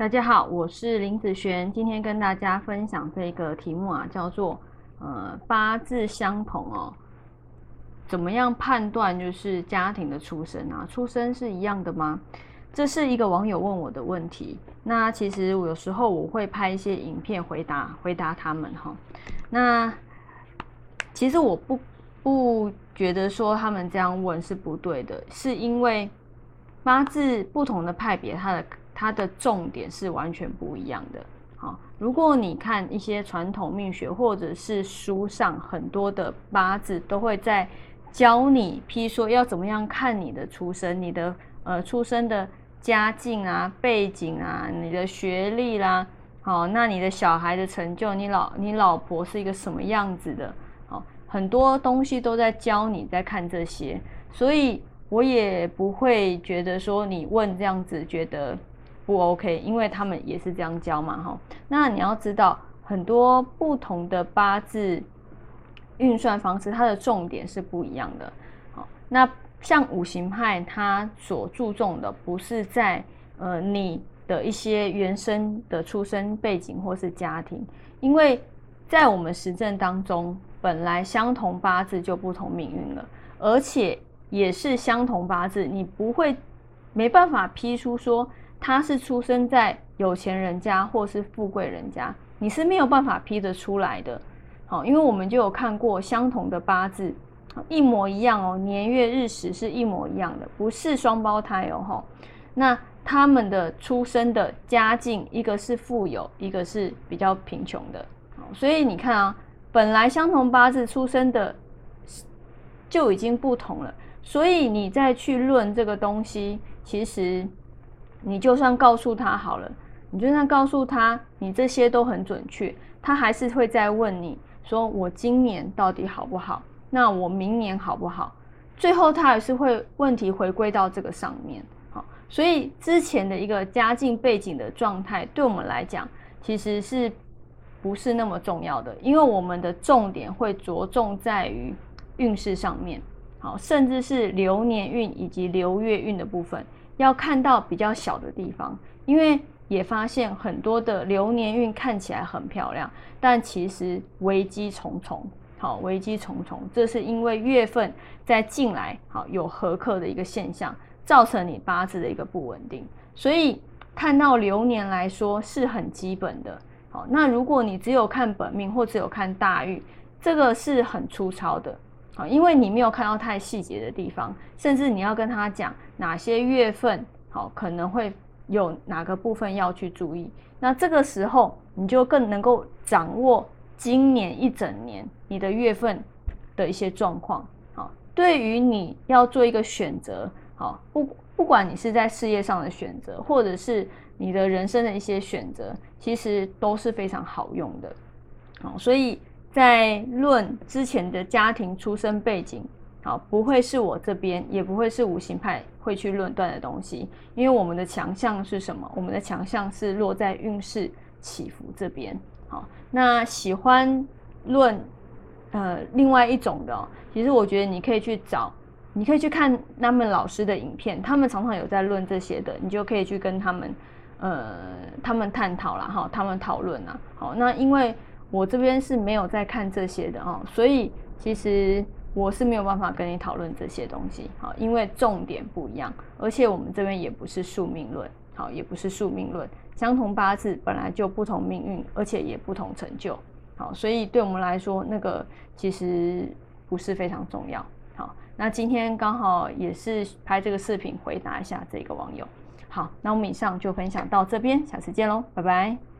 大家好，我是林子璇，今天跟大家分享这个题目啊，叫做八字相同哦，怎么样判断就是家庭的出身啊？出身是一样的吗？这是一个网友问我的问题。那其实有时候我会拍一些影片回答他们哈。那其实我不觉得说他们这样问是不对的，是因为八字不同的派别，它的重点是完全不一样的。好，如果你看一些传统命学或者是书上很多的八字都会在教你，譬如说要怎么样看你的出生，你的出生的家境啊、背景啊、你的学历啦，好，那你的小孩的成就，你老婆是一个什么样子的，好，很多东西都在教你在看这些，所以我也不会觉得说你问这样子觉得不 OK， 因为他们也是这样教嘛，哈。那你要知道，很多不同的八字运算方式，它的重点是不一样的。好，那像五行派，它所注重的不是在你的一些原生的出生背景或是家庭，因为在我们实证当中，本来相同八字就不同命运了，而且也是相同八字，你没办法批出说他是出生在有钱人家或是富贵人家，你是没有办法批得出来的。好，因为我们就有看过相同的八字，一模一样哦，年月日时是一模一样的，不是双胞胎哦。那他们的出生的家境，一个是富有，一个是比较贫穷的。所以你看啊，本来相同八字出生的就已经不同了，所以你再去论这个东西，其实你就算告诉他好了，你就算告诉他你这些都很准确，他还是会再问你说我今年到底好不好，那我明年好不好，最后他还是会问题回归到这个上面。好，所以之前的一个家境背景的状态对我们来讲其实是不是那么重要的，因为我们的重点会着重在于运势上面，好，甚至是流年运以及流月运的部分，要看到比较小的地方，因为也发现很多的流年运看起来很漂亮，但其实危机重重。好，危机重重，这是因为月份在进来，好有合克的一个现象，造成你八字的一个不稳定，所以看到流年来说是很基本的。好，那如果你只有看本命或只有看大运，这个是很粗糙的。好，因为你没有看到太细节的地方，甚至你要跟他讲哪些月份好可能会有哪个部分要去注意，那这个时候你就更能够掌握今年一整年你的月份的一些状况。好，对于你要做一个选择，好，不管你是在事业上的选择，或者是你的人生的一些选择，其实都是非常好用的。好，所以在论之前的家庭出生背景，好，不会是我这边，也不会是五行派会去论断的东西，因为我们的强项是什么？我们的强项是落在运势起伏这边。好，那喜欢论另外一种的其实我觉得你可以去看他们老师的影片，他们常常有在论这些的，你就可以去跟他们探讨啦，哈，他们讨论啦。好，那因为我这边是没有在看这些的所以其实我是没有办法跟你讨论这些东西，好，因为重点不一样，而且我们这边也不是宿命论，好，也不是宿命论，相同八字本来就不同命运，而且也不同成就，好，所以对我们来说，那个其实不是非常重要。好，那今天刚好也是拍这个视频回答一下这个网友。好，那我们以上就分享到这边，下次见喽，拜拜。